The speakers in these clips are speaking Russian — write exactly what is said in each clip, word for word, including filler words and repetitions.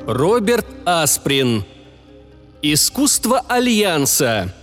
Роберт Асприн. Искусство Альянса.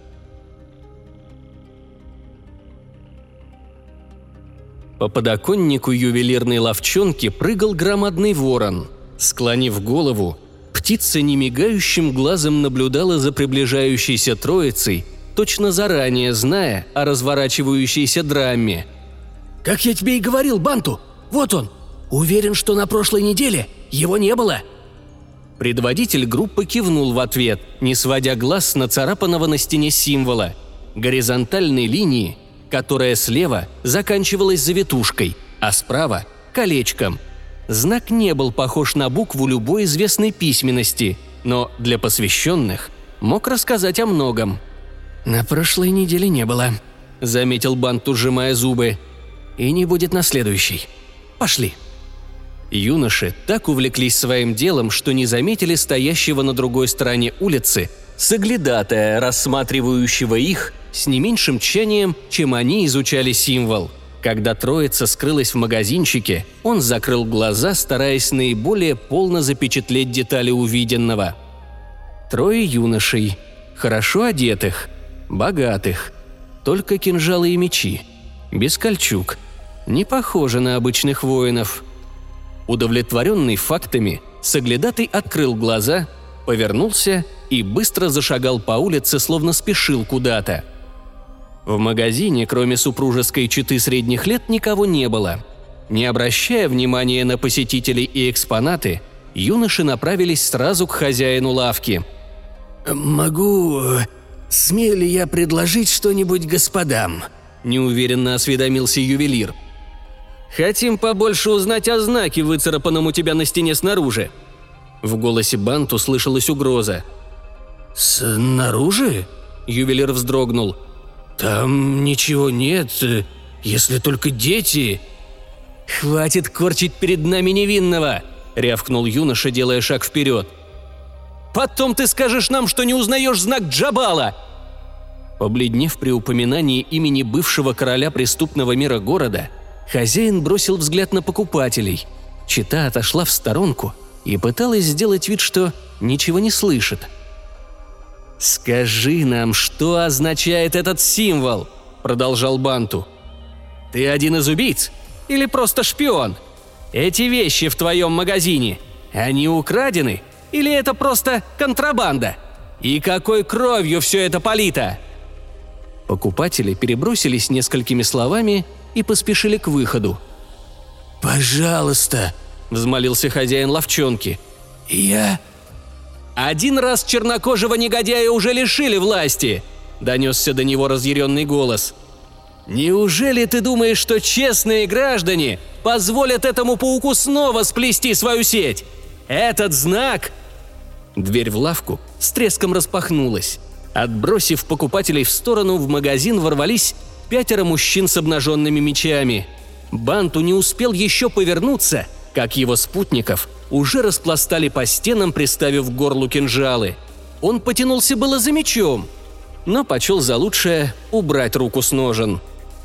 По подоконнику ювелирной лавчонки прыгал громадный ворон. Склонив голову, птица немигающим глазом наблюдала за приближающейся троицей, точно заранее зная о разворачивающейся драме. «Как я тебе и говорил, Банту, вот он! Уверен, что на прошлой неделе его не было!» Предводитель группы кивнул в ответ, не сводя глаз с нацарапанного на стене символа – горизонтальной линии, которая слева заканчивалась завитушкой, а справа – колечком. Знак не был похож на букву любой известной письменности, но для посвященных мог рассказать о многом. «На прошлой неделе не было», – заметил Банту, сжимая зубы. «И не будет на следующей. Пошли». Юноши так увлеклись своим делом, что не заметили стоящего на другой стороне улицы соглядатая, рассматривающего их с не меньшим тщанием, чем они изучали символ. Когда троица скрылась в магазинчике, он закрыл глаза, стараясь наиболее полно запечатлеть детали увиденного. Трое юношей, хорошо одетых, богатых, только кинжалы и мечи, без кольчуг, не похожи на обычных воинов. Удовлетворенный фактами, соглядатай открыл глаза, повернулся и быстро зашагал по улице, словно спешил куда-то. В магазине, кроме супружеской четы средних лет, никого не было. Не обращая внимания на посетителей и экспонаты, юноши направились сразу к хозяину лавки. «Могу... смею ли я предложить что-нибудь господам?» – неуверенно осведомился ювелир. «Хотим побольше узнать о знаке, выцарапанном у тебя на стене снаружи». В голосе Банту слышалась угроза. «Снаружи?» – ювелир вздрогнул. «Там ничего нет, если только дети». «Хватит корчить перед нами невинного!» – рявкнул юноша, делая шаг вперед. «Потом ты скажешь нам, что не узнаешь знак Джабала!» Побледнев при упоминании имени бывшего короля преступного мира города, хозяин бросил взгляд на покупателей. Чета отошла в сторонку и пыталась сделать вид, что ничего не слышит. «Скажи нам, что означает этот символ?» – продолжал Банту. «Ты один из убийц? Или просто шпион? Эти вещи в твоем магазине, они украдены? Или это просто контрабанда? И какой кровью все это полито?» Покупатели перебросились несколькими словами и поспешили к выходу. «Пожалуйста», – взмолился хозяин лавчонки. «Я...» «Один раз чернокожего негодяя уже лишили власти!» – донесся до него разъяренный голос. «Неужели ты думаешь, что честные граждане позволят этому пауку снова сплести свою сеть? Этот знак...» Дверь в лавку с треском распахнулась. Отбросив покупателей в сторону, в магазин ворвались пятеро мужчин с обнаженными мечами. Банту не успел еще повернуться, как его спутников уже распластали по стенам, приставив к горлу кинжалы. Он потянулся было за мечом, но почел за лучшее убрать руку с ножен.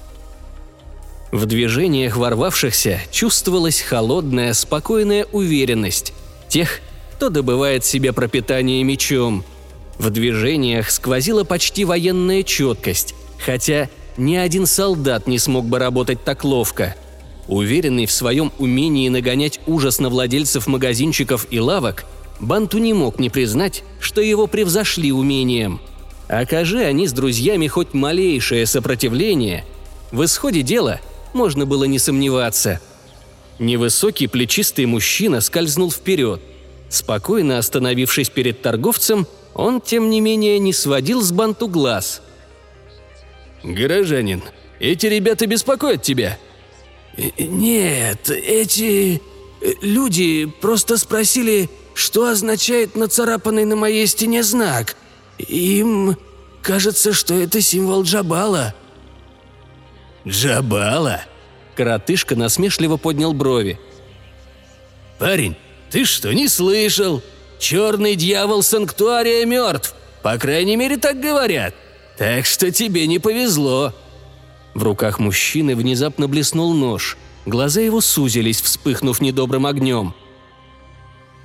В движениях ворвавшихся чувствовалась холодная, спокойная уверенность тех, кто добывает себе пропитание мечом. В движениях сквозила почти военная четкость, хотя ни один солдат не смог бы работать так ловко. Уверенный в своем умении нагонять ужас на владельцев магазинчиков и лавок, Банту не мог не признать, что его превзошли умением. Окажи они с друзьями хоть малейшее сопротивление, в исходе дела можно было не сомневаться. Невысокий плечистый мужчина скользнул вперед. Спокойно остановившись перед торговцем, он, тем не менее, не сводил с Банту глаз. «Горожанин, эти ребята беспокоят тебя?» «Нет, эти люди просто спросили, что означает нацарапанный на моей стене знак. Им кажется, что это символ Джабала». «Джабала?» Коротышка насмешливо поднял брови. «Парень, ты что, не слышал? Черный дьявол Санктуария мертв. По крайней мере, так говорят. Так что тебе не повезло». В руках мужчины внезапно блеснул нож. Глаза его сузились, вспыхнув недобрым огнем.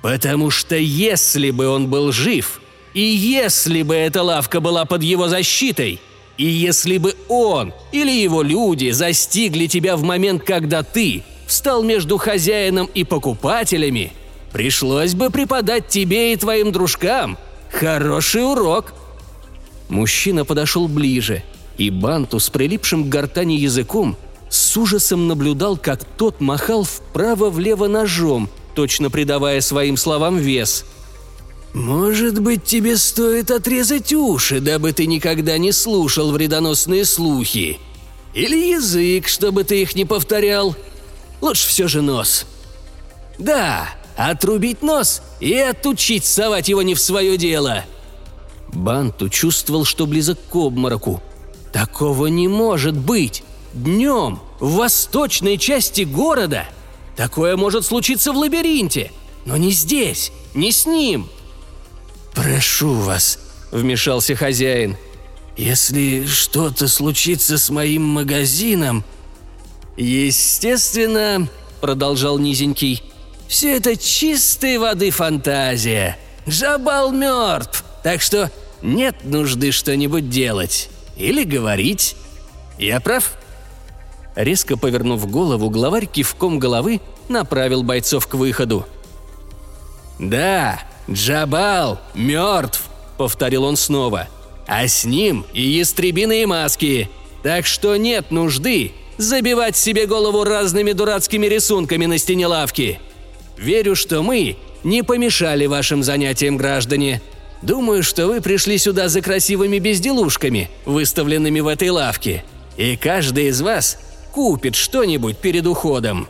Потому что если бы он был жив, и если бы эта лавка была под его защитой, и если бы он или его люди застигли тебя в момент, когда ты встал между хозяином и покупателями, пришлось бы преподать тебе и твоим дружкам хороший урок». Мужчина подошел ближе, и Банту с прилипшим к гортани языком с ужасом наблюдал, как тот махал вправо-влево ножом, точно придавая своим словам вес. «Может быть, тебе стоит отрезать уши, дабы ты никогда не слушал вредоносные слухи? Или язык, чтобы ты их не повторял? Лучше все же нос. Да, отрубить нос и отучить совать его не в свое дело». Банту чувствовал, что близок к обмороку. Такого не может быть! Днем, в восточной части города! Такое может случиться в лабиринте, но не здесь, не с ним. «Прошу вас», — вмешался хозяин, — «если что-то случится с моим магазином...» «Естественно», — продолжал Низенький, — «все это чистой воды фантазия. Джабал мертв, так что нет нужды что-нибудь делать или говорить. Я прав?» Резко повернув голову, главарь кивком головы направил бойцов к выходу. «Да, Джабал мертв», — повторил он снова, — «а с ним и ястребиные маски, так что нет нужды забивать себе голову разными дурацкими рисунками на стене лавки. Верю, что мы не помешали вашим занятиям, граждане. Думаю, что вы пришли сюда за красивыми безделушками, выставленными в этой лавке, и каждый из вас купит что-нибудь перед уходом».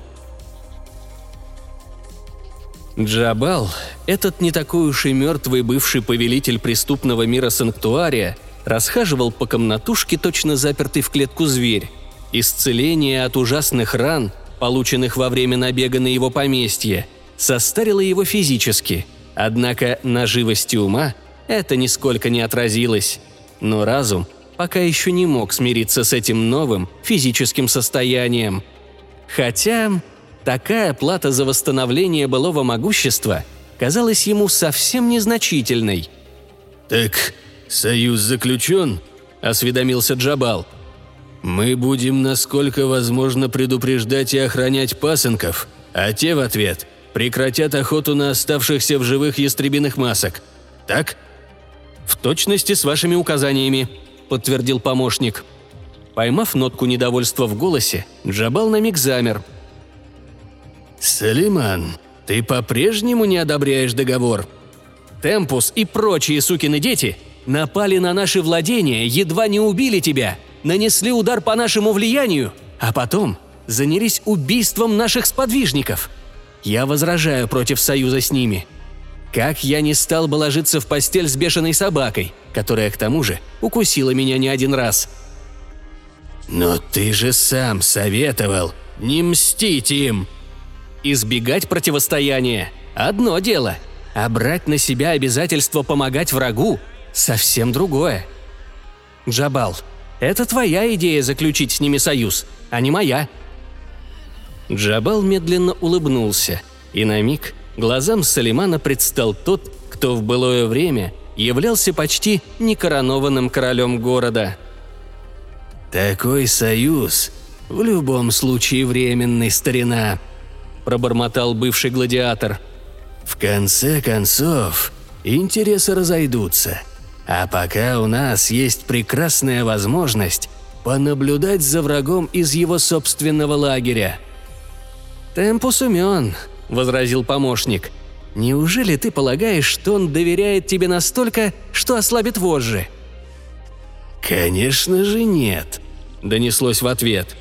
Джабал, этот не такой уж и мертвый бывший повелитель преступного мира Санктуария, расхаживал по комнатушке, точно запертый в клетку зверь. Исцеление от ужасных ран, полученных во время набега на его поместье, состарило его физически, однако на живости ума это нисколько не отразилось. Но разум пока еще не мог смириться с этим новым физическим состоянием. Хотя такая плата за восстановление былого могущества казалась ему совсем незначительной. «Так союз заключен?» – осведомился Джабал. «Мы будем насколько возможно предупреждать и охранять пасынков, а те в ответ прекратят охоту на оставшихся в живых ястребиных масок. Так?» «В точности с вашими указаниями», – подтвердил помощник. Поймав нотку недовольства в голосе, Джабал на миг замер. «Салиман, ты по-прежнему не одобряешь договор?» «Темпус и прочие сукины дети напали на наши владения, едва не убили тебя, нанесли удар по нашему влиянию, а потом занялись убийством наших сподвижников. Я возражаю против союза с ними. Как я не стал бы ложиться в постель с бешеной собакой, которая, к тому же, укусила меня не один раз». «Но ты же сам советовал не мстить им!» Избегать противостояния – одно дело, а брать на себя обязательство помогать врагу – совсем другое. Джабал, это твоя идея заключить с ними союз, а не моя». Джабал медленно улыбнулся, и на миг глазам Салимана предстал тот, кто в былое время являлся почти некоронованным королем города. «Такой союз в любом случае временный, старина», – пробормотал бывший гладиатор. «В конце концов, интересы разойдутся, а пока у нас есть прекрасная возможность понаблюдать за врагом из его собственного лагеря». «Темпус умен», – возразил помощник. «Неужели ты полагаешь, что он доверяет тебе настолько, что ослабит вожжи?» «Конечно же нет», – донеслось в ответ.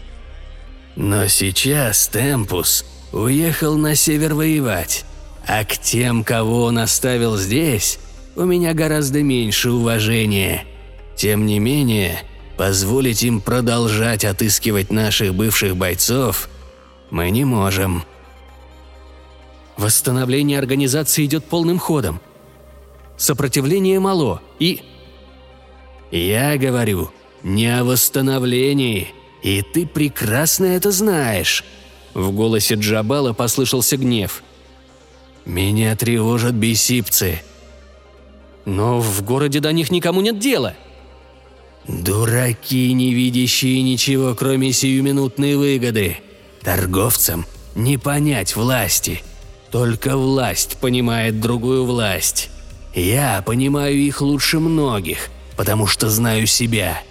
«Но сейчас Темпус уехал на север воевать, а к тем, кого он оставил здесь, у меня гораздо меньше уважения. Тем не менее, позволить им продолжать отыскивать наших бывших бойцов мы не можем». «Восстановление организации идет полным ходом. Сопротивление мало и...» «Я говорю не о восстановлении, и ты прекрасно это знаешь». В голосе Джабала послышался гнев. Меня тревожат бесипцы». «Но в городе до них никому нет дела». «Дураки, не видящие ничего, кроме сиюминутной выгоды. Торговцам не понять власти. Только власть понимает другую власть. Я понимаю их лучше многих, потому что знаю себя.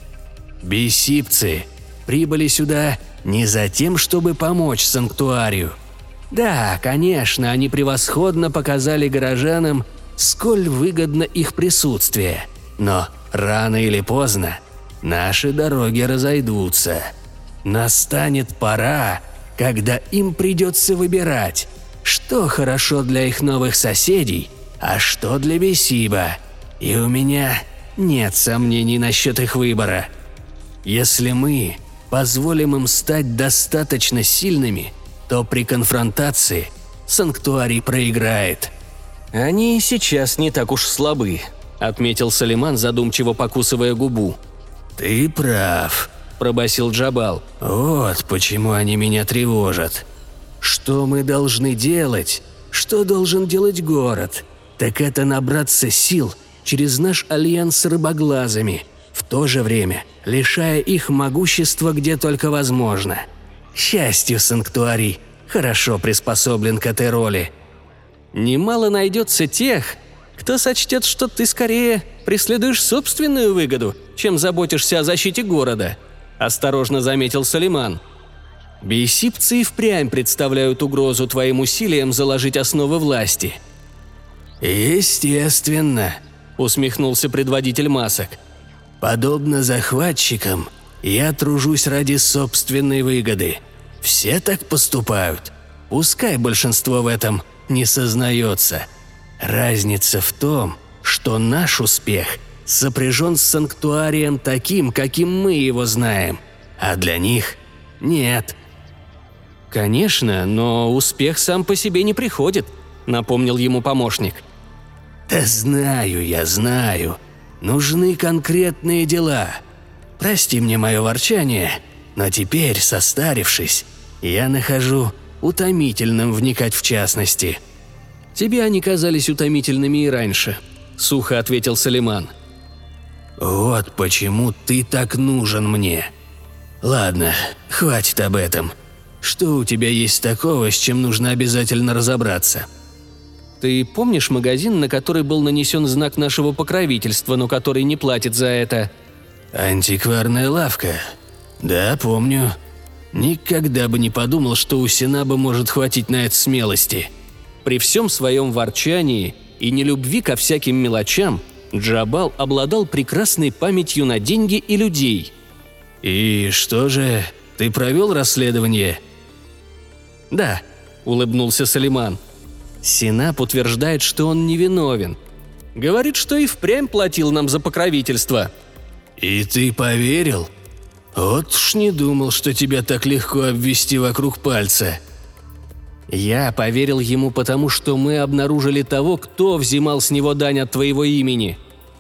Бесипцы прибыли сюда не за тем, чтобы помочь санктуарию. Да, конечно, они превосходно показали горожанам, сколь выгодно их присутствие, но рано или поздно наши дороги разойдутся. Настанет пора, когда им придется выбирать, что хорошо для их новых соседей, а что для Бесиба. И у меня нет сомнений насчет их выбора. Если мы позволим им стать достаточно сильными, то при конфронтации санктуарий проиграет». «Они сейчас не так уж слабы», – отметил Салиман, задумчиво покусывая губу. «Ты прав», – пробасил Джабал. «Вот почему они меня тревожат. Что мы должны делать? Что должен делать город? Так это набраться сил через наш альянс с рыбоглазами, в то же время лишая их могущества где только возможно. К счастью, санктуарий хорошо приспособлен к этой роли». «Немало найдется тех, кто сочтет, что ты скорее преследуешь собственную выгоду, чем заботишься о защите города», – осторожно заметил Салиман. «Бесипцы и впрямь представляют угрозу твоим усилиям заложить основы власти». «Естественно», – усмехнулся предводитель масок. «Подобно захватчикам, я тружусь ради собственной выгоды. Все так поступают. Пускай большинство в этом не сознается. Разница в том, что наш успех сопряжен с санктуарием таким, каким мы его знаем, а для них нет». «Конечно, но успех сам по себе не приходит», – напомнил ему помощник. «Да знаю я, знаю. Нужны конкретные дела. Прости мне мое ворчание, но теперь, состарившись, я нахожу утомительным вникать в частности». «Тебе они казались утомительными и раньше», – сухо ответил Салиман. «Вот почему ты так нужен мне. Ладно, хватит об этом. Что у тебя есть такого, с чем нужно обязательно разобраться?» «Ты помнишь магазин, на который был нанесен знак нашего покровительства, но который не платит за это?» «Антикварная лавка? Да, помню. Никогда бы не подумал, что у Синаба может хватить на это смелости». При всем своем ворчании и нелюбви ко всяким мелочам Джабал обладал прекрасной памятью на деньги и людей. «И что же, ты провел расследование?» «Да», – улыбнулся Салиман. «Синаб утверждает, что он невиновен. Говорит, что и впрямь платил нам за покровительство». «И ты поверил? Вот уж не думал, что тебя так легко обвести вокруг пальца». «Я поверил ему, потому что мы обнаружили того, кто взимал с него дань от твоего имени».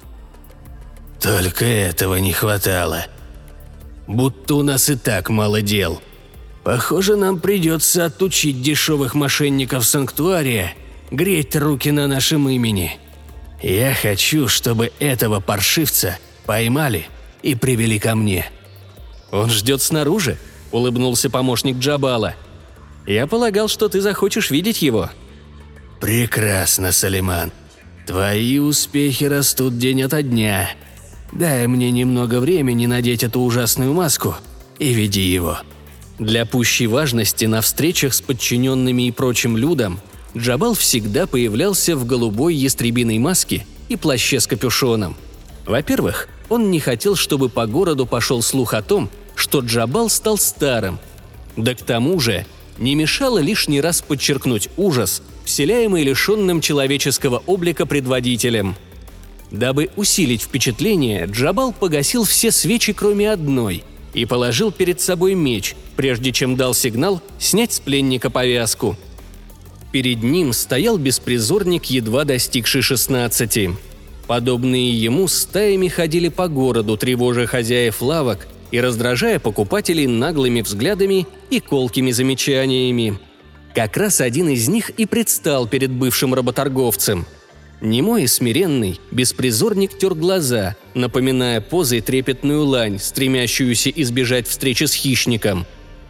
«Только этого не хватало. Будто у нас и так мало дел. Похоже, нам придется отучить дешевых мошенников санктуария греть руки на нашем имени. Я хочу, чтобы этого паршивца поймали и привели ко мне». «Он ждет снаружи», – улыбнулся помощник Джабала. «Я полагал, что ты захочешь видеть его». «Прекрасно, Салиман. Твои успехи растут день ото дня. Дай мне немного времени надеть эту ужасную маску и веди его». Для пущей важности на встречах с подчиненными и прочим людом Джабал всегда появлялся в голубой ястребиной маске и плаще с капюшоном. Во-первых, он не хотел, чтобы по городу пошел слух о том, что Джабал стал старым. Да к тому же не мешало лишний раз подчеркнуть ужас, вселяемый лишенным человеческого облика предводителем. Дабы усилить впечатление, Джабал погасил все свечи, кроме одной, и положил перед собой меч, прежде чем дал сигнал снять с пленника повязку. Перед ним стоял беспризорник, едва достигший шестнадцати. Подобные ему стаями ходили по городу, тревожа хозяев лавок и раздражая покупателей наглыми взглядами и колкими замечаниями. Как раз один из них и предстал перед бывшим работорговцем. Немой и смиренный, беспризорник тер глаза, напоминая позой трепетную лань, стремящуюся избежать встречи с хищником.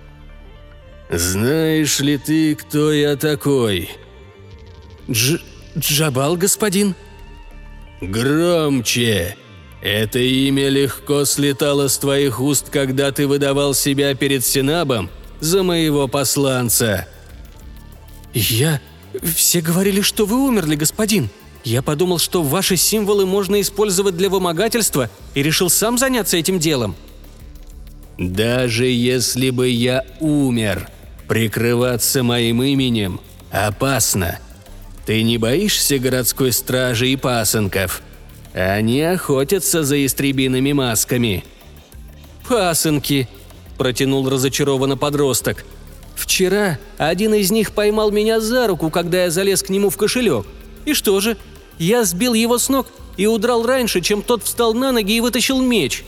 «Знаешь ли ты, кто я такой?» Дж... Джабал, господин?» «Громче! Это имя легко слетало с твоих уст, когда ты выдавал себя перед Синабом за моего посланца». «Я... Все говорили, что вы умерли, господин. Я подумал, что ваши символы можно использовать для вымогательства и решил сам заняться этим делом». «Даже если бы я умер, прикрываться моим именем опасно. Ты не боишься городской стражи и пасынков? Они охотятся за истребиными масками». «Пасынки», – протянул разочарованно подросток. «Вчера один из них поймал меня за руку, когда я залез к нему в кошелек. И что же? Я сбил его с ног и удрал раньше, чем тот встал на ноги и вытащил меч».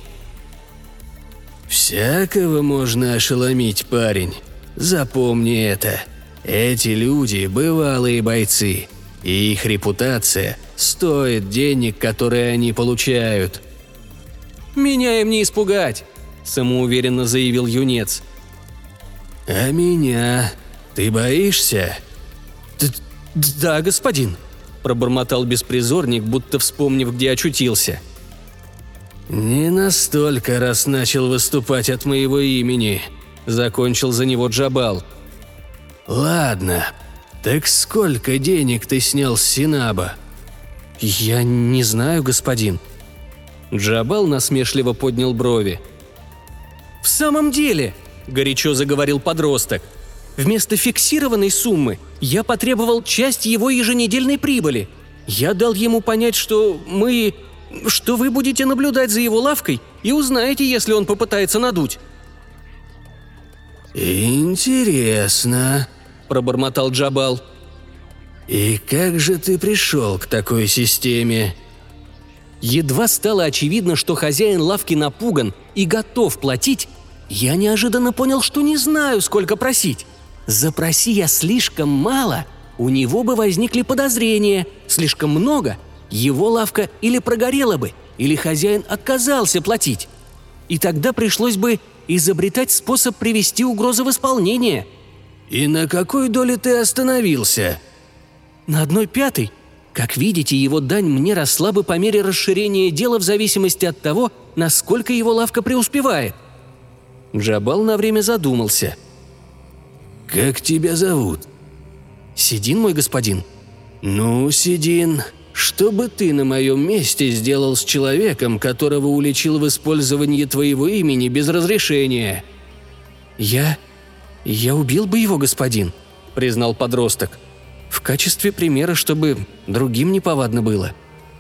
«Всякого можно ошеломить, парень. Запомни это. Эти люди – бывалые бойцы, и их репутация стоит денег, которые они получают». «Меня им не испугать», – самоуверенно заявил юнец. «А меня? Ты боишься?» «Да, господин», – пробормотал беспризорник, будто вспомнив, где очутился. «Не настолько, раз начал выступать от моего имени», – закончил за него Джабал. «Ладно, так сколько денег ты снял с Синаба?» «Я не знаю, господин». Джабал насмешливо поднял брови. «В самом деле», – горячо заговорил подросток, – «вместо фиксированной суммы я потребовал часть его еженедельной прибыли. Я дал ему понять, что мы... что вы будете наблюдать за его лавкой и узнаете, если он попытается надуть». «Интересно», – пробормотал Джабал. «И как же ты пришел к такой системе?» Едва стало очевидно, что хозяин лавки напуган и готов платить, я неожиданно понял, что не знаю, сколько просить. Запроси я слишком мало, у него бы возникли подозрения, слишком много, его лавка или прогорела бы, или хозяин отказался платить. И тогда пришлось бы изобретать способ привести угрозы в исполнение». «И на какой доле ты остановился?» «На одной пятой. Как видите, его дань мне росла бы по мере расширения дела в зависимости от того, насколько его лавка преуспевает». Джабал на время задумался. «Как тебя зовут?» «Сидин, мой господин». «Ну, Сидин, что бы ты на моем месте сделал с человеком, которого уличил в использовании твоего имени без разрешения?» «Я... я убил бы его, господин», — признал подросток. «В качестве примера, чтобы другим неповадно было».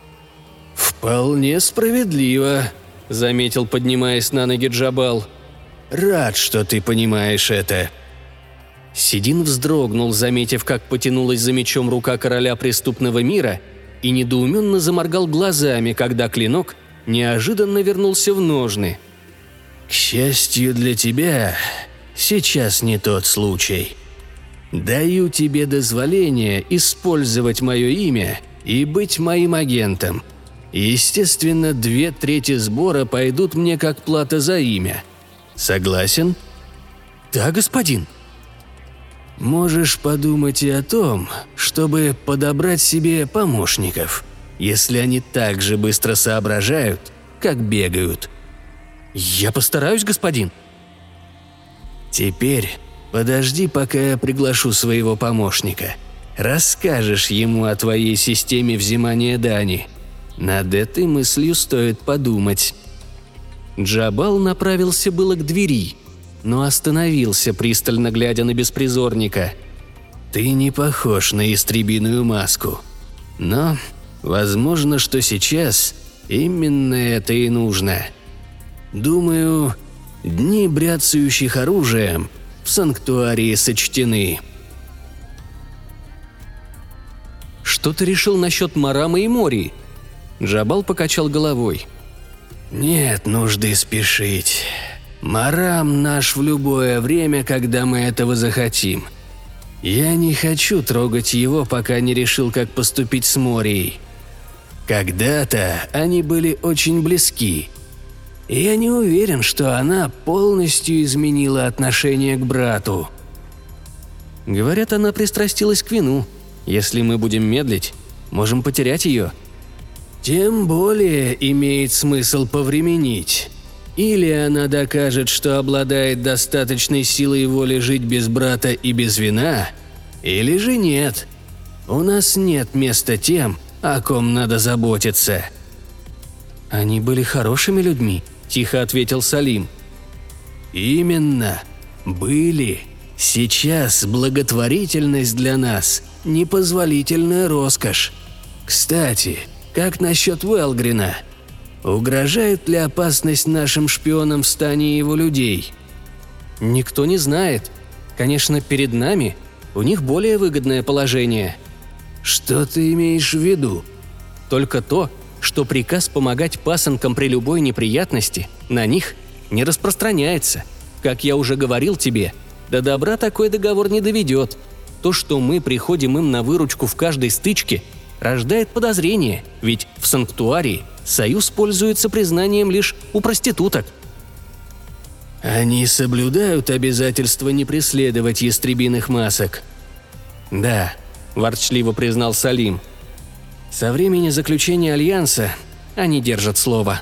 «Вполне справедливо», — заметил, поднимаясь на ноги Джабал. «Рад, что ты понимаешь это». Сидин вздрогнул, заметив, как потянулась за мечом рука короля преступного мира, и недоуменно заморгал глазами, когда клинок неожиданно вернулся в ножны. «К счастью для тебя, сейчас не тот случай. Даю тебе дозволение использовать мое имя и быть моим агентом. Естественно, две трети сбора пойдут мне как плата за имя. Согласен?» «Да, господин». «Можешь подумать и о том, чтобы подобрать себе помощников, если они так же быстро соображают, как бегают». «Я постараюсь, господин». «Теперь подожди, пока я приглашу своего помощника. Расскажешь ему о твоей системе взимания дани. Над этой мыслью стоит подумать». Джабал направился было к двери, но остановился, пристально глядя на беспризорника. «Ты не похож на истребиную маску. Но, возможно, что сейчас именно это и нужно. Думаю, дни бряцающих оружием в санктуарии сочтены». «Что ты решил насчет Марама и Мории?» Джабал покачал головой. «Нет нужды спешить. Марам наш в любое время, когда мы этого захотим. Я не хочу трогать его, пока не решил, как поступить с Морией. Когда-то они были очень близки. И я не уверен, что она полностью изменила отношение к брату. Говорят, она пристрастилась к вину. Если мы будем медлить, можем потерять ее. Тем более имеет смысл повременить. Или она докажет, что обладает достаточной силой воли жить без брата и без вина, или же нет. У нас нет места тем, о ком надо заботиться. Они были хорошими людьми, тихо ответил Салим. Именно. Были. Сейчас благотворительность для нас – непозволительная роскошь. Кстати, как насчет Велгрина? Угрожает ли опасность нашим шпионам в стане его людей? Никто не знает. Конечно, перед нами у них более выгодное положение. Что ты имеешь в виду? Только то, что приказ помогать пасынкам при любой неприятности на них не распространяется. Как я уже говорил тебе, до добра такой договор не доведет. То, что мы приходим им на выручку в каждой стычке, рождает подозрение, ведь в санктуарии союз пользуется признанием лишь у проституток. Они соблюдают обязательство не преследовать ястребиных масок. Да, ворчливо признал Салим. Со времени заключения альянса они держат слово.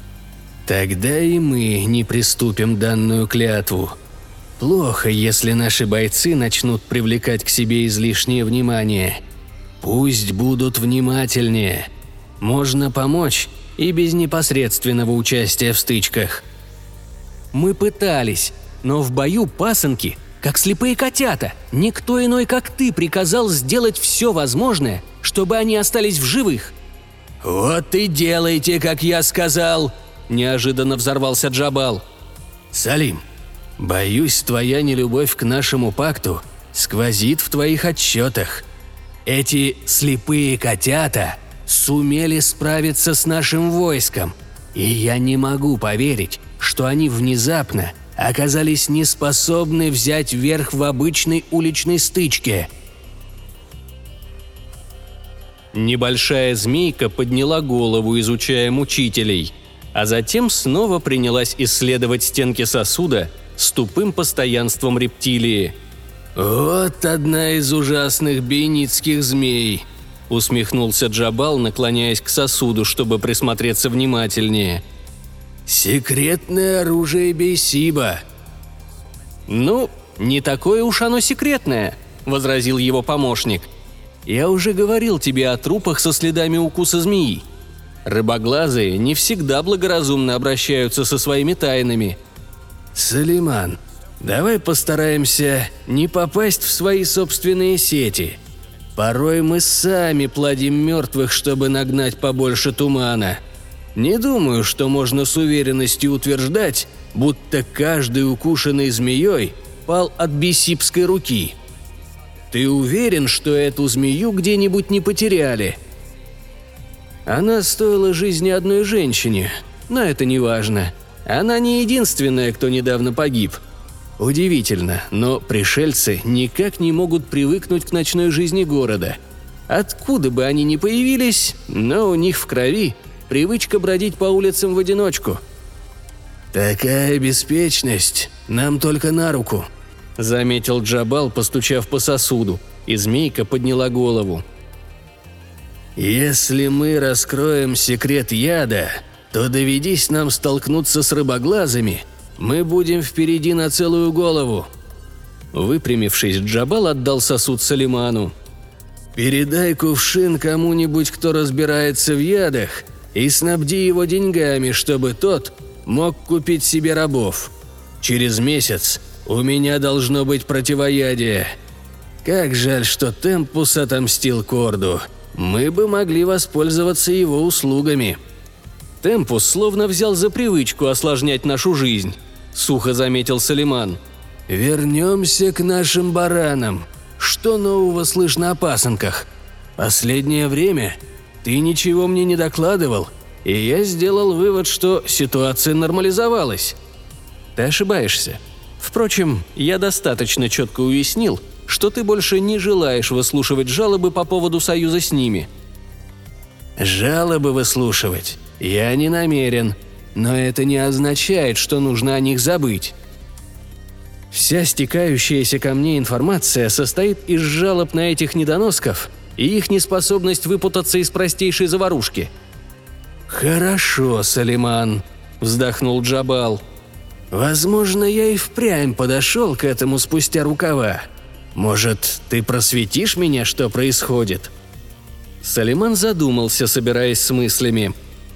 Тогда и мы не приступим данную клятву. Плохо, если наши бойцы начнут привлекать к себе излишнее внимание. Пусть будут внимательнее. Можно помочь и без непосредственного участия в стычках. Мы пытались, но в бою пасынки, как слепые котята, никто иной, как ты, приказал сделать все возможное, чтобы они остались в живых. «Вот и делайте, как я сказал!» – неожиданно взорвался Джабал. «Салим, боюсь, твоя нелюбовь к нашему пакту сквозит в твоих отчетах. Эти слепые котята сумели справиться с нашим войском, и я не могу поверить, что они внезапно оказались неспособны взять верх в обычной уличной стычке». Небольшая змейка подняла голову, изучая мучителей, а затем снова принялась исследовать стенки сосуда с тупым постоянством рептилии. «Вот одна из ужасных бейницких змей», – усмехнулся Джабал, наклоняясь к сосуду, чтобы присмотреться внимательнее. «Секретное оружие Бейсиба». «Ну, не такое уж оно секретное», – возразил его помощник. «Я уже говорил тебе о трупах со следами укуса змеи. Рыбоглазые не всегда благоразумно обращаются со своими тайнами». «Салиман, давай постараемся не попасть в свои собственные сети. Порой мы сами плодим мертвых, чтобы нагнать побольше тумана. Не думаю, что можно с уверенностью утверждать, будто каждый укушенный змеей пал от бейсибской руки. Ты уверен, что эту змею где-нибудь не потеряли?» Она стоила жизни одной женщине, но это не важно. Она не единственная, кто недавно погиб. Удивительно, но пришельцы никак не могут привыкнуть к ночной жизни города. Откуда бы они ни появились, но у них в крови привычка бродить по улицам в одиночку. «Такая беспечность нам только на руку», – заметил Джабал, постучав по сосуду, и змейка подняла голову. «Если мы раскроем секрет яда, то доведись нам столкнуться с рыбоглазами, мы будем впереди на целую голову». Выпрямившись, Джабал отдал сосуд Салиману. «Передай кувшин кому-нибудь, кто разбирается в ядах, и снабди его деньгами, чтобы тот мог купить себе рабов. Через месяц у меня должно быть противоядие. Как жаль, что Темпус отомстил Корду. Мы бы могли воспользоваться его услугами». «Темпус словно взял за привычку осложнять нашу жизнь», – сухо заметил Салиман. «Вернемся к нашим баранам. Что нового слышно о пасынках? Последнее время ты ничего мне не докладывал, и я сделал вывод, что ситуация нормализовалась». «Ты ошибаешься. Впрочем, я достаточно четко уяснил, что ты больше не желаешь выслушивать жалобы по поводу союза с ними». «Жалобы выслушивать я не намерен, но это не означает, что нужно о них забыть. Вся стекающаяся ко мне информация состоит из жалоб на этих недоносков и их неспособность выпутаться из простейшей заварушки». «Хорошо, Салиман», – вздохнул Джабал. «Возможно, я и впрямь подошел к этому спустя рукава. Может, ты просветишь меня, что происходит?» Салиман задумался, собираясь с мыслями.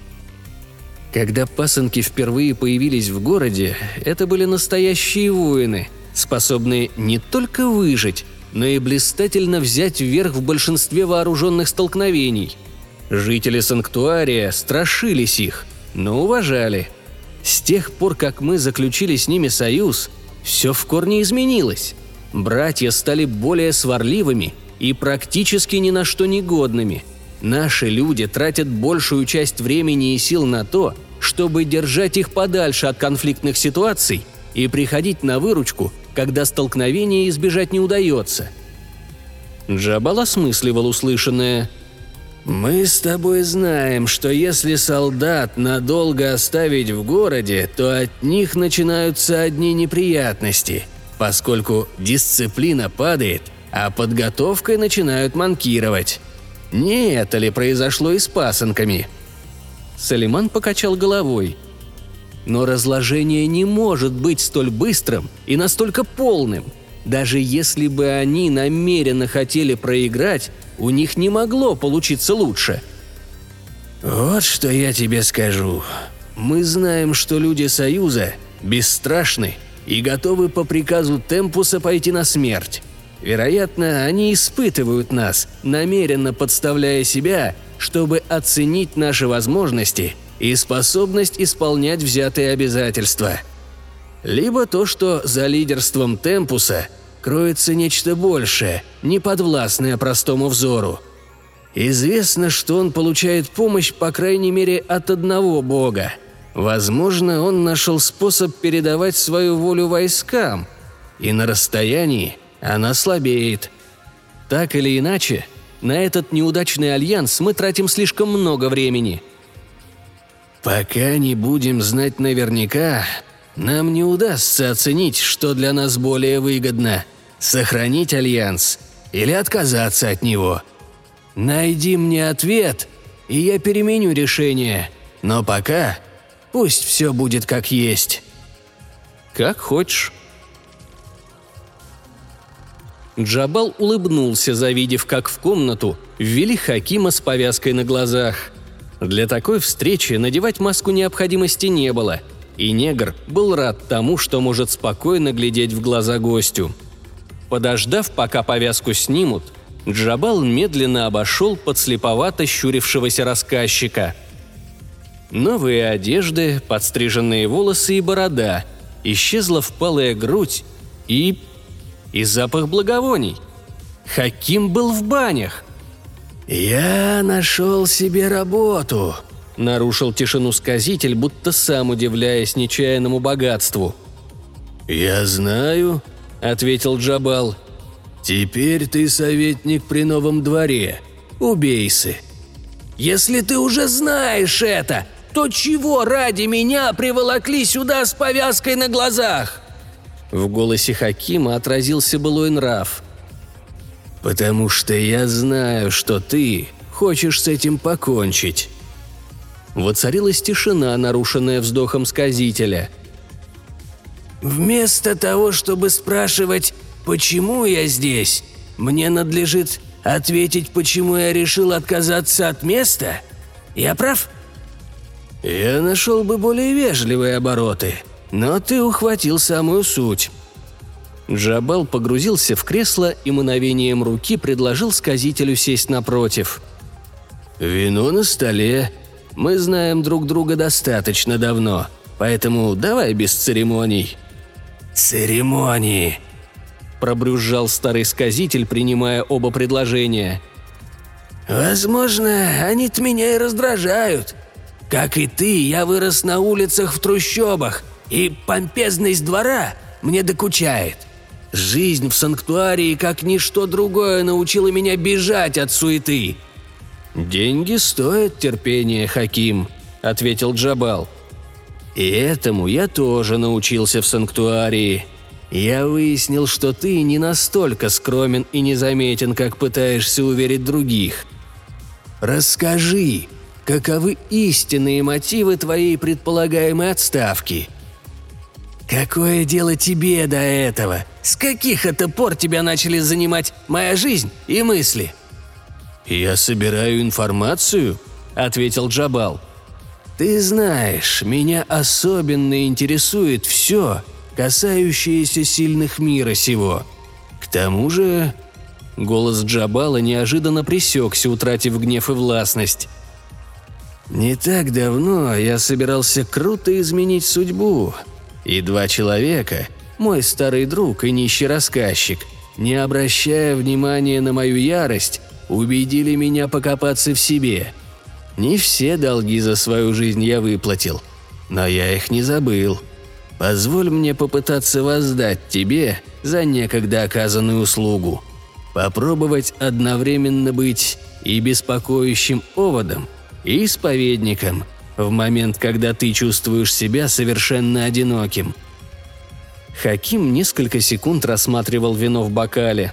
Когда пасынки впервые появились в городе, это были настоящие воины, способные не только выжить, но и блистательно взять верх в большинстве вооруженных столкновений. Жители Санктуария страшились их, но уважали. С тех пор, как мы заключили с ними союз, все в корне изменилось. Братья стали более сварливыми и практически ни на что не годными. Наши люди тратят большую часть времени и сил на то, чтобы держать их подальше от конфликтных ситуаций и приходить на выручку, когда столкновения избежать не удается. Джабал осмысливал услышанное. «Мы с тобой знаем, что если солдат надолго оставить в городе, то от них начинаются одни неприятности, поскольку дисциплина падает, а подготовкой начинают манкировать. Не это ли произошло и с пасынками?» Салиман покачал головой. «Но разложение не может быть столь быстрым и настолько полным. Даже если бы они намеренно хотели проиграть, у них не могло получиться лучше». «Вот что я тебе скажу. Мы знаем, что люди Союза бесстрашны и готовы по приказу Темпуса пойти на смерть. Вероятно, они испытывают нас, намеренно подставляя себя, чтобы оценить наши возможности и способность исполнять взятые обязательства. Либо то, что за лидерством Темпуса кроется нечто большее, неподвластное простому взору. Известно, что он получает помощь по крайней мере от одного бога. Возможно, он нашел способ передавать свою волю войскам, и на расстоянии она слабеет. Так или иначе, на этот неудачный альянс мы тратим слишком много времени. Пока не будем знать наверняка, нам не удастся оценить, что для нас более выгодно – сохранить альянс или отказаться от него. Найди мне ответ, и я переменю решение, но пока пусть все будет как есть». «Как хочешь». Джабал улыбнулся, завидев, как в комнату ввели Хакима с повязкой на глазах. Для такой встречи надевать маску необходимости не было, и негр был рад тому, что может спокойно глядеть в глаза гостю. Подождав, пока повязку снимут, Джабал медленно обошел подслеповато щурившегося рассказчика. Новые одежды, подстриженные волосы и борода, исчезла впалая грудь и... и запах благовоний. Хаким был в банях. «Я нашел себе работу», – нарушил тишину сказитель, будто сам удивляясь нечаянному богатству. «Я знаю», – ответил Джабал. «Теперь ты советник при новом дворе. Убейсы». «Если ты уже знаешь это, то чего ради меня приволокли сюда с повязкой на глазах?» В голосе Хакима отразился былой нрав. «Потому что я знаю, что ты хочешь с этим покончить». Воцарилась тишина, нарушенная вздохом сказителя. «Вместо того, чтобы спрашивать, почему я здесь, мне надлежит ответить, почему я решил отказаться от места? Я прав?» «Я нашел бы более вежливые обороты, но ты ухватил самую суть». Джабал погрузился в кресло и мановением руки предложил сказителю сесть напротив. «Вино на столе. Мы знаем друг друга достаточно давно, поэтому давай без церемоний». «Церемонии», – пробрюзжал старый сказитель, принимая оба предложения. «Возможно, они-то меня и раздражают. Как и ты, я вырос на улицах в трущобах, и помпезность двора мне докучает. Жизнь в санктуарии, как ничто другое, научила меня бежать от суеты». «Деньги стоят терпения, Хаким», – ответил Джабал. «И этому я тоже научился в санктуарии. Я выяснил, что ты не настолько скромен и незаметен, как пытаешься уверить других. Расскажи, каковы истинные мотивы твоей предполагаемой отставки?» «Какое дело тебе до этого? С каких это пор тебя начали занимать моя жизнь и мысли?» «Я собираю информацию», – ответил Джабал. «Ты знаешь, меня особенно интересует все, касающееся сильных мира сего. К тому же...» Голос Джабала неожиданно пресекся, утратив гнев и властность. «Не так давно я собирался круто изменить судьбу, и два человека, мой старый друг и нищий рассказчик, не обращая внимания на мою ярость, убедили меня покопаться в себе. Не все долги за свою жизнь я выплатил, но я их не забыл. Позволь мне попытаться воздать тебе за некогда оказанную услугу. Попробовать одновременно быть и беспокоящим оводом, и исповедником в момент, когда ты чувствуешь себя совершенно одиноким». Хаким несколько секунд рассматривал вино в бокале.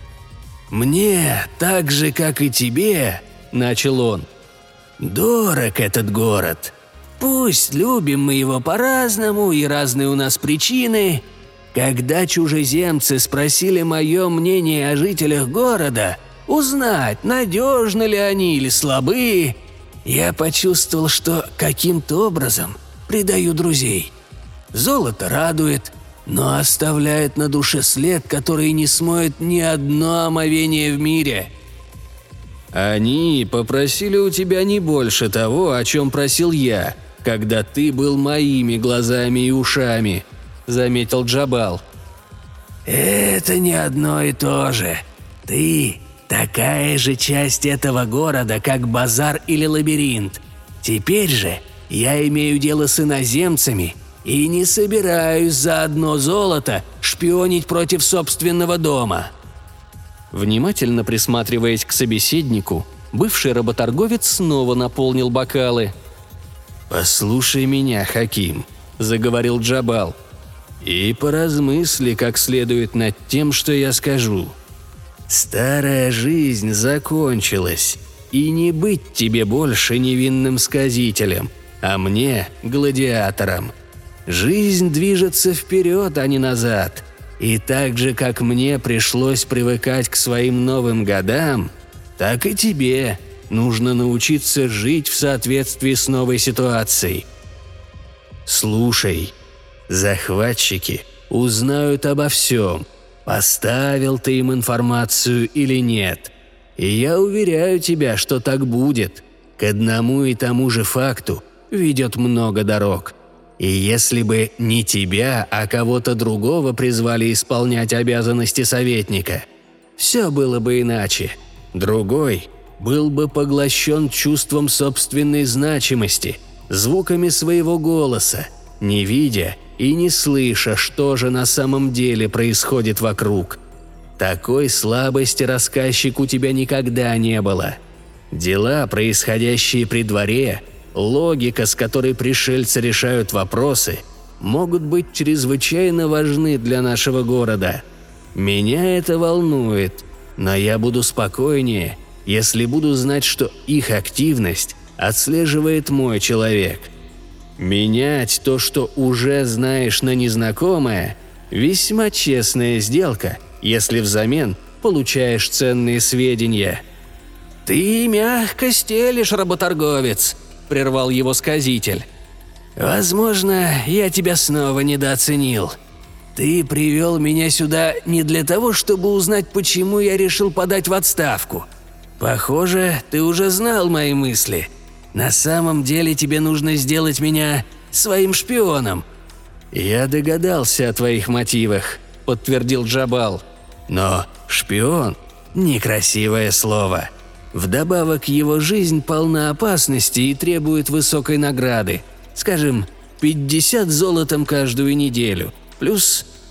«Мне, так же, как и тебе, — начал он, — дорог этот город. Пусть любим мы его по-разному, и разные у нас причины. Когда чужеземцы спросили мое мнение о жителях города, узнать, надежны ли они или слабы, я почувствовал, что каким-то образом предаю друзей. Золото радует, но оставляет на душе след, который не смоет ни одно омовение в мире». «Они попросили у тебя не больше того, о чем просил я, когда ты был моими глазами и ушами», – заметил Джабал. «Это не одно и то же. Ты такая же часть этого города, как базар или лабиринт. Теперь же я имею дело с иноземцами и не собираюсь за одно золото шпионить против собственного дома». Внимательно присматриваясь к собеседнику, бывший работорговец снова наполнил бокалы. «Послушай меня, Хаким», – заговорил Джабал, – «и поразмысли как следует над тем, что я скажу. Старая жизнь закончилась, и не быть тебе больше невинным сказителем, а мне – гладиатором. Жизнь движется вперед, а не назад, и так же, как мне пришлось привыкать к своим новым годам, так и тебе нужно научиться жить в соответствии с новой ситуацией. Слушай, захватчики узнают обо всем, поставил ты им информацию или нет. И я уверяю тебя, что так будет. К одному и тому же факту ведет много дорог. И если бы не тебя, а кого-то другого призвали исполнять обязанности советника, все было бы иначе. Другой был бы поглощен чувством собственной значимости, звуками своего голоса, не видя и не слыша, что же на самом деле происходит вокруг. Такой слабости, рассказчик, у тебя никогда не было. Дела, происходящие при дворе, логика, с которой пришельцы решают вопросы, могут быть чрезвычайно важны для нашего города. Меня это волнует, но я буду спокойнее, если буду знать, что их активность отслеживает мой человек. Менять то, что уже знаешь, на незнакомое – весьма честная сделка, если взамен получаешь ценные сведения». «Ты мягко стелишь, работорговец», – прервал его сказитель. «Возможно, я тебя снова недооценил. Ты привел меня сюда не для того, чтобы узнать, почему я решил подать в отставку. Похоже, ты уже знал мои мысли. На самом деле тебе нужно сделать меня своим шпионом». «Я догадался о твоих мотивах», – подтвердил Джабал. «Но шпион – некрасивое слово. Вдобавок, его жизнь полна опасности и требует высокой награды. Скажем, пятьдесят золотом каждую неделю, плюс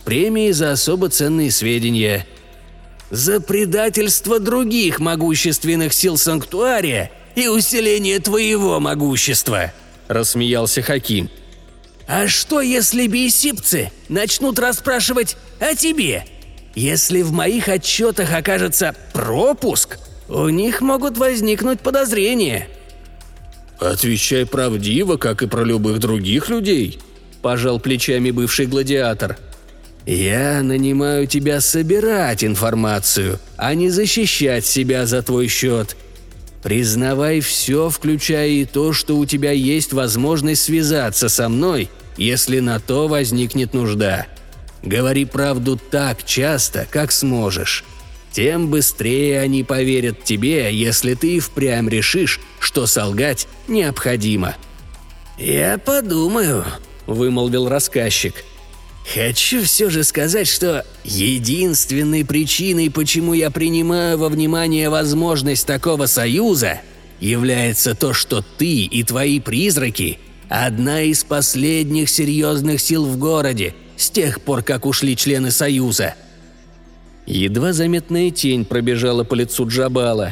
премией за особо ценные сведения. За предательство других могущественных сил Санктуария и усиление твоего могущества», – рассмеялся Хаким. «А что, если бессипцы начнут расспрашивать о тебе? Если в моих отчетах окажется пропуск, у них могут возникнуть подозрения». «Отвечай правдиво, как и про любых других людей», – пожал плечами бывший гладиатор. «Я нанимаю тебя собирать информацию, а не защищать себя за твой счет. Признавай все, включая и то, что у тебя есть возможность связаться со мной, если на то возникнет нужда. Говори правду так часто, как сможешь. Тем быстрее они поверят тебе, если ты впрямь решишь, что солгать необходимо». «Я подумаю», – вымолвил рассказчик. «Хочу все же сказать, что единственной причиной, почему я принимаю во внимание возможность такого союза, является то, что ты и твои призраки – одна из последних серьезных сил в городе с тех пор, как ушли члены союза». Едва заметная тень пробежала по лицу Джабала.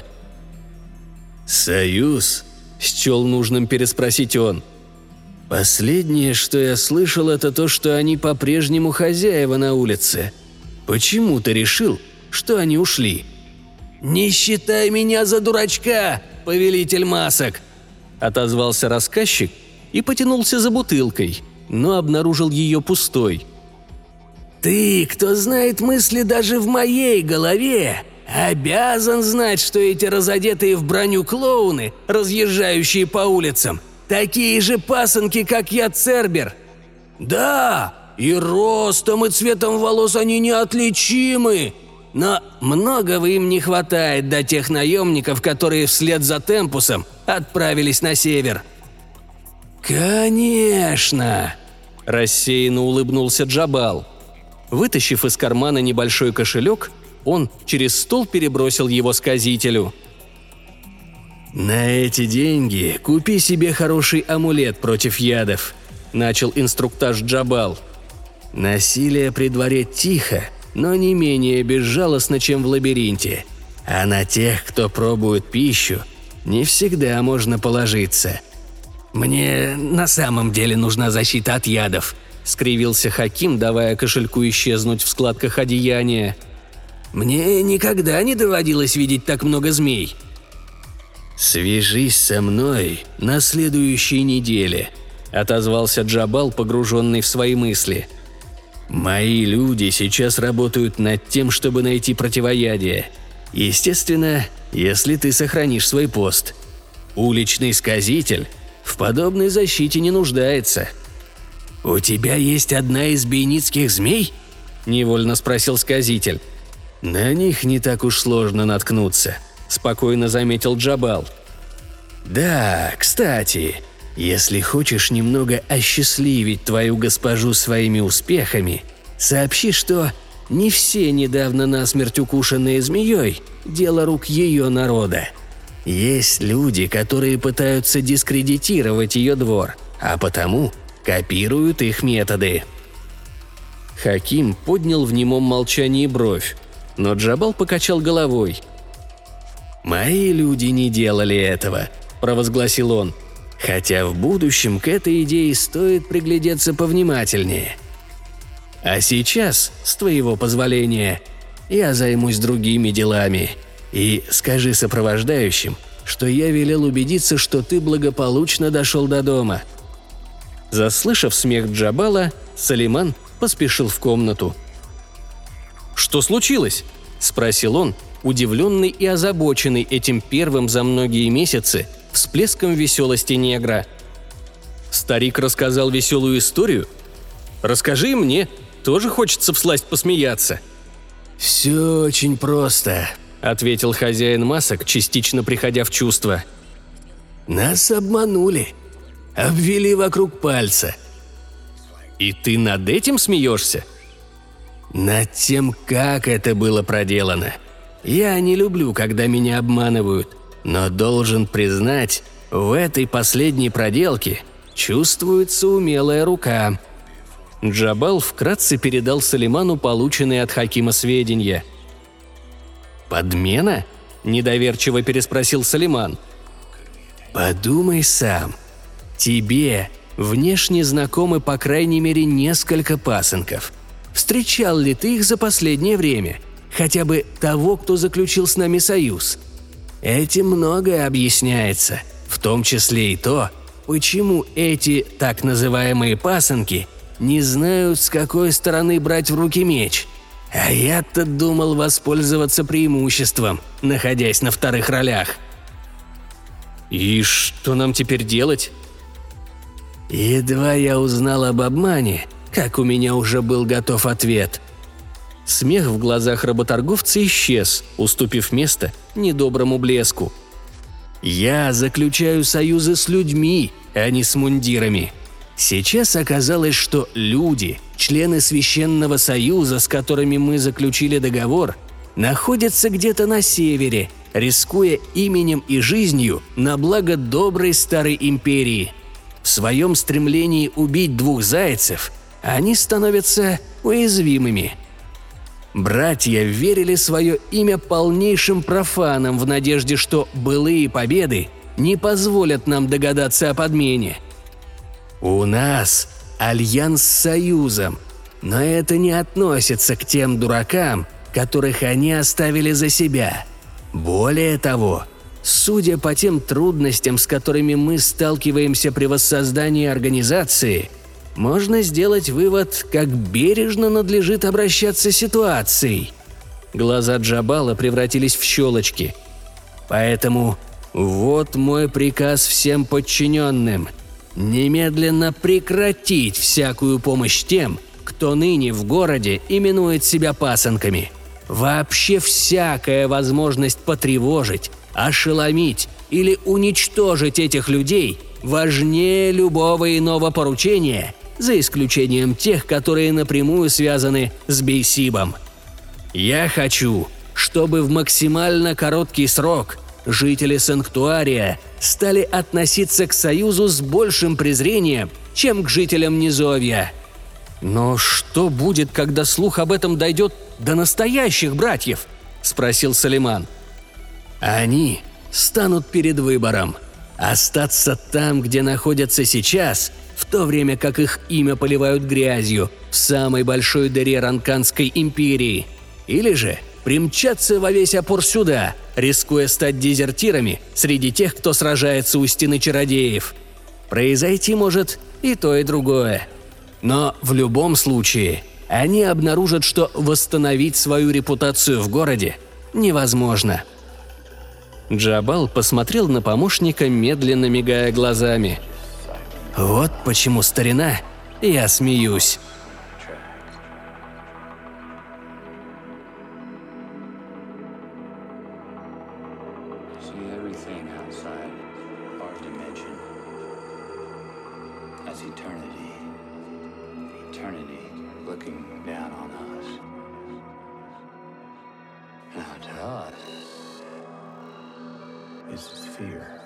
«Союз?» – счел нужным переспросить он. «Последнее, что я слышал, это то, что они по-прежнему хозяева на улице. Почему ты решил, что они ушли?» «Не считай меня за дурачка, повелитель масок!» – отозвался рассказчик и потянулся за бутылкой, но обнаружил ее пустой. «Ты, кто знает мысли даже в моей голове, обязан знать, что эти разодетые в броню клоуны, разъезжающие по улицам, такие же пасынки, как я, Цербер. Да, и ростом, и цветом волос они неотличимы, но многого им не хватает до тех наемников, которые вслед за Темпусом отправились на север». «Конечно!» – рассеянно улыбнулся Джабал. Вытащив из кармана небольшой кошелек, он через стол перебросил его сказителю. «На эти деньги купи себе хороший амулет против ядов», – начал инструктаж Джабал. «Насилие при дворе тихо, но не менее безжалостно, чем в лабиринте. А на тех, кто пробует пищу, не всегда можно положиться». «Мне на самом деле нужна защита от ядов», – скривился Хаким, давая кошельку исчезнуть в складках одеяния. «Мне никогда не доводилось видеть так много змей». «Свяжись со мной на следующей неделе», – отозвался Джабал, погруженный в свои мысли. «Мои люди сейчас работают над тем, чтобы найти противоядие. Естественно, если ты сохранишь свой пост. Уличный сказитель в подобной защите не нуждается». «У тебя есть одна из бейницких змей?» – невольно спросил сказитель. «На них не так уж сложно наткнуться», – спокойно заметил Джабал. «Да, кстати, если хочешь немного осчастливить твою госпожу своими успехами, сообщи, что не все недавно насмерть укушенные змеей – дело рук ее народа. Есть люди, которые пытаются дискредитировать ее двор, а потому копируют их методы». Хаким поднял в немом молчании бровь, но Джабал покачал головой. «Мои люди не делали этого», – провозгласил он, «хотя в будущем к этой идее стоит приглядеться повнимательнее. А сейчас, с твоего позволения, я займусь другими делами. И скажи сопровождающим, что я велел убедиться, что ты благополучно дошел до дома». Заслышав смех Джабала, Салиман поспешил в комнату. «Что случилось?» – спросил он, удивленный и озабоченный этим первым за многие месяцы всплеском веселости негра. «Старик рассказал веселую историю? Расскажи и мне, тоже хочется всласть посмеяться». «Все очень просто», – ответил хозяин масок, частично приходя в чувство. «Нас обманули. Обвели вокруг пальца». «И ты над этим смеешься?» «Над тем, как это было проделано. Я не люблю, когда меня обманывают, но должен признать, в этой последней проделке чувствуется умелая рука». Джабал вкратце передал Салиману полученные от Хакима сведения. «Подмена?» – недоверчиво переспросил Салиман. «Подумай сам. Тебе внешне знакомы по крайней мере несколько пасынков. Встречал ли ты их за последнее время? Хотя бы того, кто заключил с нами союз? Этим многое объясняется, в том числе и то, почему эти так называемые пасынки не знают, с какой стороны брать в руки меч. А я-то думал воспользоваться преимуществом, находясь на вторых ролях». «И что нам теперь делать?» Едва я узнал об обмане, как у меня уже был готов ответ. Смех в глазах работорговца исчез, уступив место недоброму блеску. «Я заключаю союзы с людьми, а не с мундирами. Сейчас оказалось, что люди, члены священного союза, с которыми мы заключили договор, находятся где-то на севере, рискуя именем и жизнью на благо доброй старой империи. В своем стремлении убить двух зайцев они становятся уязвимыми. Братья верили свое имя полнейшим профанам в надежде, что былые победы не позволят нам догадаться о подмене. У нас альянс с союзом, но это не относится к тем дуракам, которых они оставили за себя. Более того, судя по тем трудностям, с которыми мы сталкиваемся при воссоздании организации, можно сделать вывод, как бережно надлежит обращаться с ситуацией». Глаза Джабала превратились в щелочки. «Поэтому вот мой приказ всем подчиненным – немедленно прекратить всякую помощь тем, кто ныне в городе именует себя пасынками. Вообще всякая возможность потревожить, ошеломить или уничтожить этих людей важнее любого иного поручения, за исключением тех, которые напрямую связаны с Бейсибом. Я хочу, чтобы в максимально короткий срок жители Санктуария стали относиться к Союзу с большим презрением, чем к жителям Низовья». «Но что будет, когда слух об этом дойдет до настоящих братьев?» – спросил Салиман. «Они станут перед выбором – остаться там, где находятся сейчас, в то время как их имя поливают грязью в самой большой дыре Ранканской империи, или же примчаться во весь опор сюда, рискуя стать дезертирами среди тех, кто сражается у стены чародеев. Произойти может и то, и другое. Но в любом случае они обнаружат, что восстановить свою репутацию в городе невозможно». Джабал посмотрел на помощника, медленно мигая глазами. «Вот почему, старина, я смеюсь». Now to us, this is fear.